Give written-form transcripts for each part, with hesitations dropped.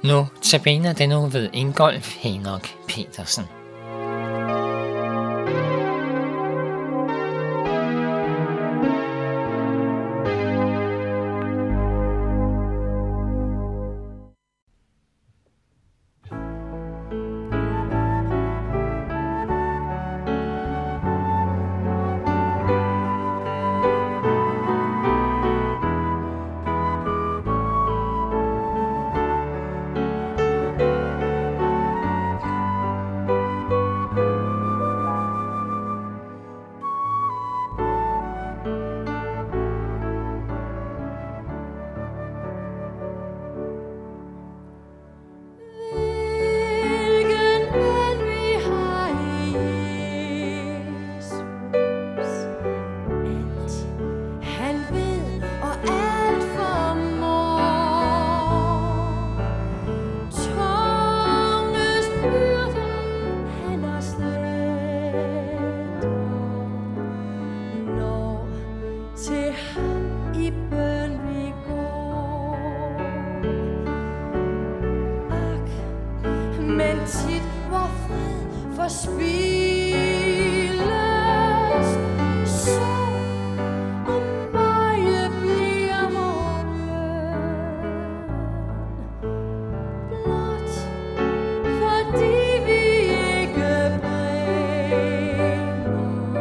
Nu tabiner den nu ved Ingolf Henok Petersen. Men tit hvor fred forspildes, så om meget bliver vor løn. Blot fordi vi ikke bringer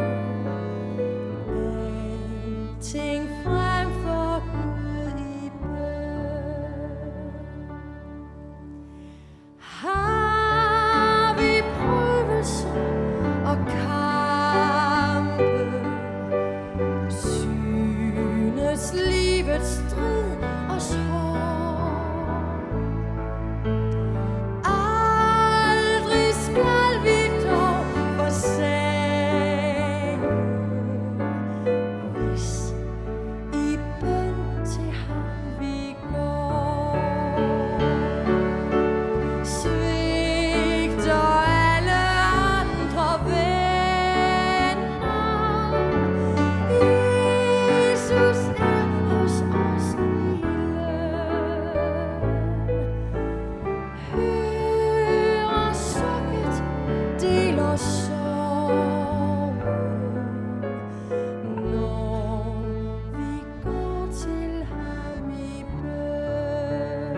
alting frem for Gud i bøn. Har vi prøvelser og kampe, synes livets strid os hård. Aldrig skal vi dog forsage, hvis i bøn til ham vi går. Svigter alle andre venner, Jesus er hos os i løn. Hører sukket, deler sorgen, når vi går til ham i bøn.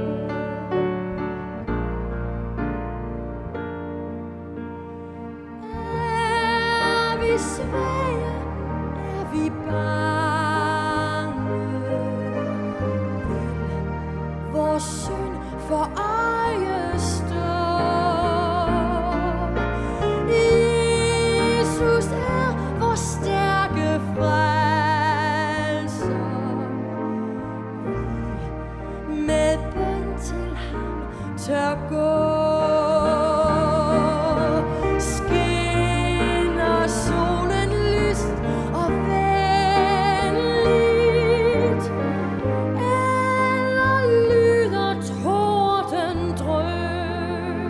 Er vi svage, er vi bange, vil vores synd for øje stå. Jesus er vores stærke frelser, vi med bøn til ham tør gå. Skinner solen lyst og venligt, eller lyder torden drøn,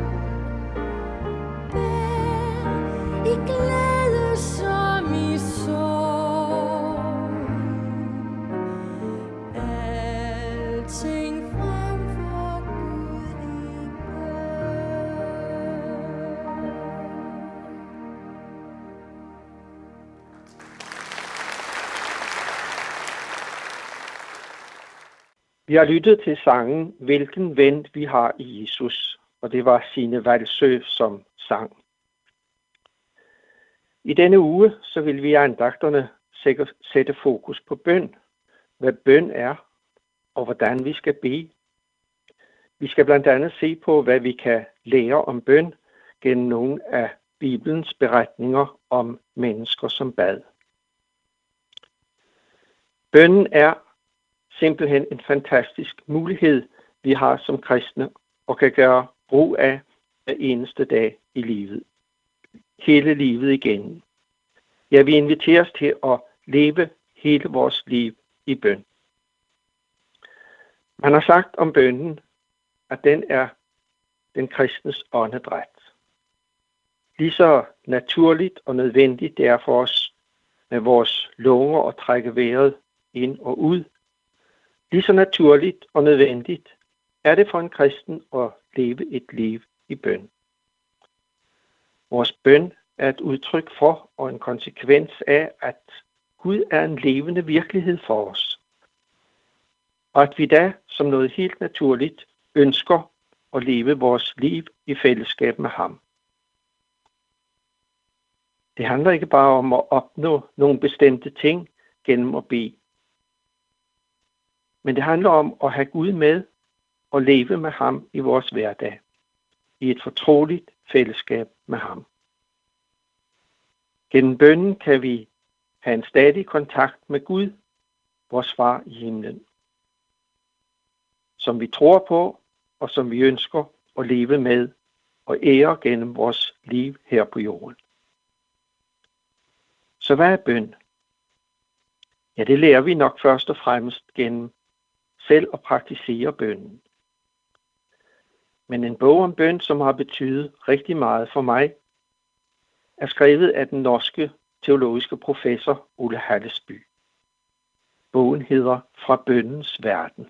bær i glæde som i sorg, alting frem for Gud i bøn. Vi har lyttet til sangen Hvilken ven vi har i Jesus, og det var Signe Valsø som sang. I denne uge så vil vi i andagterne sætte fokus på bøn, hvad bøn er og hvordan vi skal bede. Vi skal blandt andet se på, hvad vi kan lære om bøn gennem nogle af Bibelens beretninger om mennesker som bad. Bønnen er simpelthen en fantastisk mulighed, vi har som kristne og kan gøre brug af hver eneste dag i livet. Hele livet igennem. Ja, vi inviteres til at leve hele vores liv i bøn. Man har sagt om bønnen, at den er den kristnes åndedræt. Lige så naturligt og nødvendigt det er for os med vores lunger at trække vejret ind og ud, lige så naturligt og nødvendigt er det for en kristen at leve et liv i bøn. Vores bøn er et udtryk for og en konsekvens af, at Gud er en levende virkelighed for os. Og at vi da, som noget helt naturligt, ønsker at leve vores liv i fællesskab med ham. Det handler ikke bare om at opnå nogle bestemte ting gennem at bede. Men det handler om at have Gud med og leve med ham i vores hverdag. I et fortroligt fællesskab med ham. Gennem bønnen kan vi have en stadig kontakt med Gud, vores far i himlen. Som vi tror på og som vi ønsker at leve med og ære gennem vores liv her på jorden. Så hvad er bøn? Ja, det lærer vi nok først og fremmest gennem selv at praktisere bønnen. Men en bog om bøn, som har betydet rigtig meget for mig, er skrevet af den norske teologiske professor Ole Hallesby. Bogen hedder Fra bønnens verden.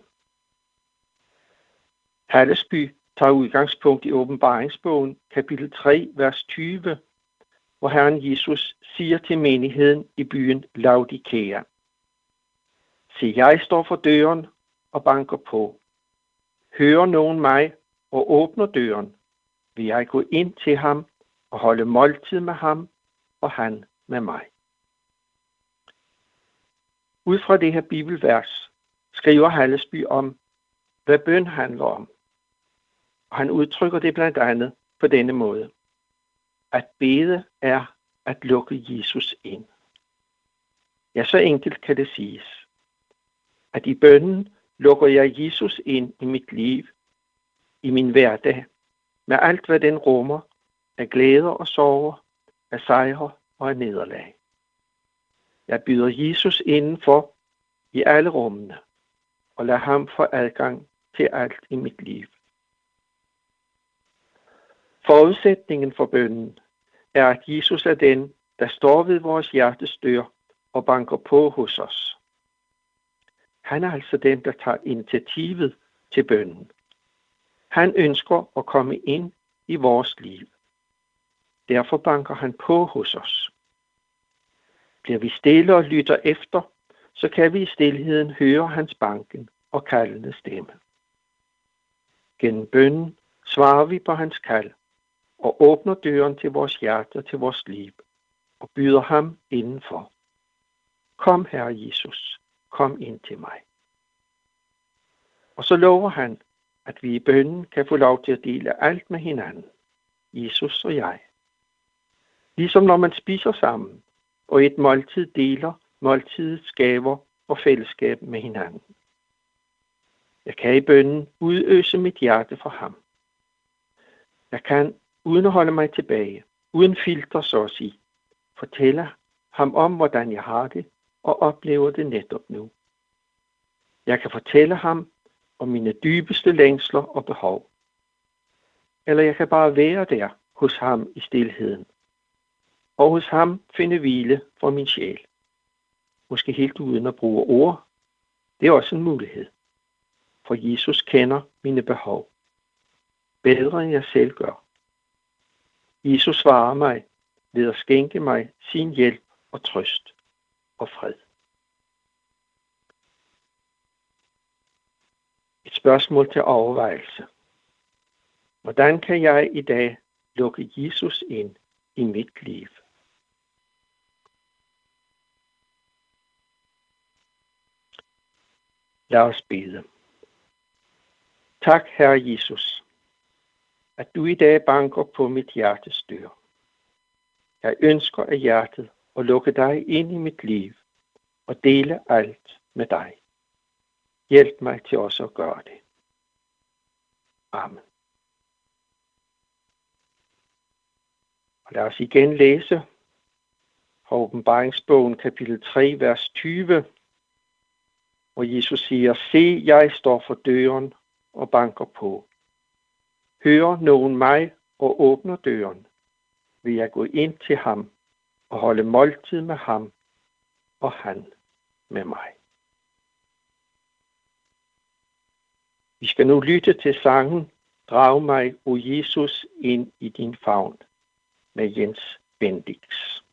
Hallesby tager udgangspunkt i Åbenbaringsbogen, kapitel 3, vers 20, hvor Herren Jesus siger til menigheden i byen Laodikea: Se, jeg står for døren og banker på. Hører nogen mig og åbner døren, vil jeg gå ind til ham og holde måltid med ham og han med mig. Ud fra det her bibelvers skriver Hallesby om, hvad bøn handler om. Og han udtrykker det blandt andet på denne måde. At bede er at lukke Jesus ind. Ja, så enkelt kan det siges. At i bønnen lukker jeg Jesus ind i mit liv, i min hverdag, med alt hvad den rummer af glæder og sorger, af sejre og af nederlag. Jeg byder Jesus indenfor i alle rummene, og lader ham få adgang til alt i mit liv. Forudsætningen for bønnen er, at Jesus er den, der står ved vores hjertes dør og banker på hos os. Han er altså den, der tager initiativet til bønnen. Han ønsker at komme ind i vores liv. Derfor banker han på hos os. Bliver vi stille og lytter efter, så kan vi i stilheden høre hans banken og kaldende stemme. Gennem bønnen svarer vi på hans kald og åbner døren til vores hjerte og til vores liv og byder ham indenfor. Kom, Herre Jesus, kom ind til mig. Og så lover han, at vi i bønnen kan få lov til at dele alt med hinanden, Jesus og jeg. Ligesom når man spiser sammen, og et måltid deler måltidets gaver og fællesskab med hinanden. Jeg kan i bønnen udøse mit hjerte for ham. Jeg kan, uden at holde mig tilbage, uden filter så at sige, fortælle ham om, hvordan jeg har det og oplever det netop nu. Jeg kan fortælle ham om mine dybeste længsler og behov. Eller jeg kan bare være der hos ham i stilheden. Og hos ham finde hvile for min sjæl. Måske helt uden at bruge ord. Det er også en mulighed. For Jesus kender mine behov. Bedre end jeg selv gør. Jesus svarer mig ved at skænke mig sin hjælp og trøst og fred. Et spørgsmål til overvejelse. Hvordan kan jeg i dag lukke Jesus ind i mit liv? Lad os bede. Tak, Herre Jesus, at du i dag banker på mit hjertes dør. Jeg ønsker af hjertet at lukke dig ind i mit liv og dele alt med dig. Hjælp mig til også at gøre det. Amen. Og lad os igen læse fra Åbenbaringsbogen kapitel 3, vers 20, hvor Jesus siger: Se, jeg står for døren og banker på. Hører nogen mig og åbner døren, vil jeg gå ind til ham og holde måltid med ham og han med mig. Vi skal nu lytte til sangen Drag mig, o Jesus, ind i din favn med Jens Bendix.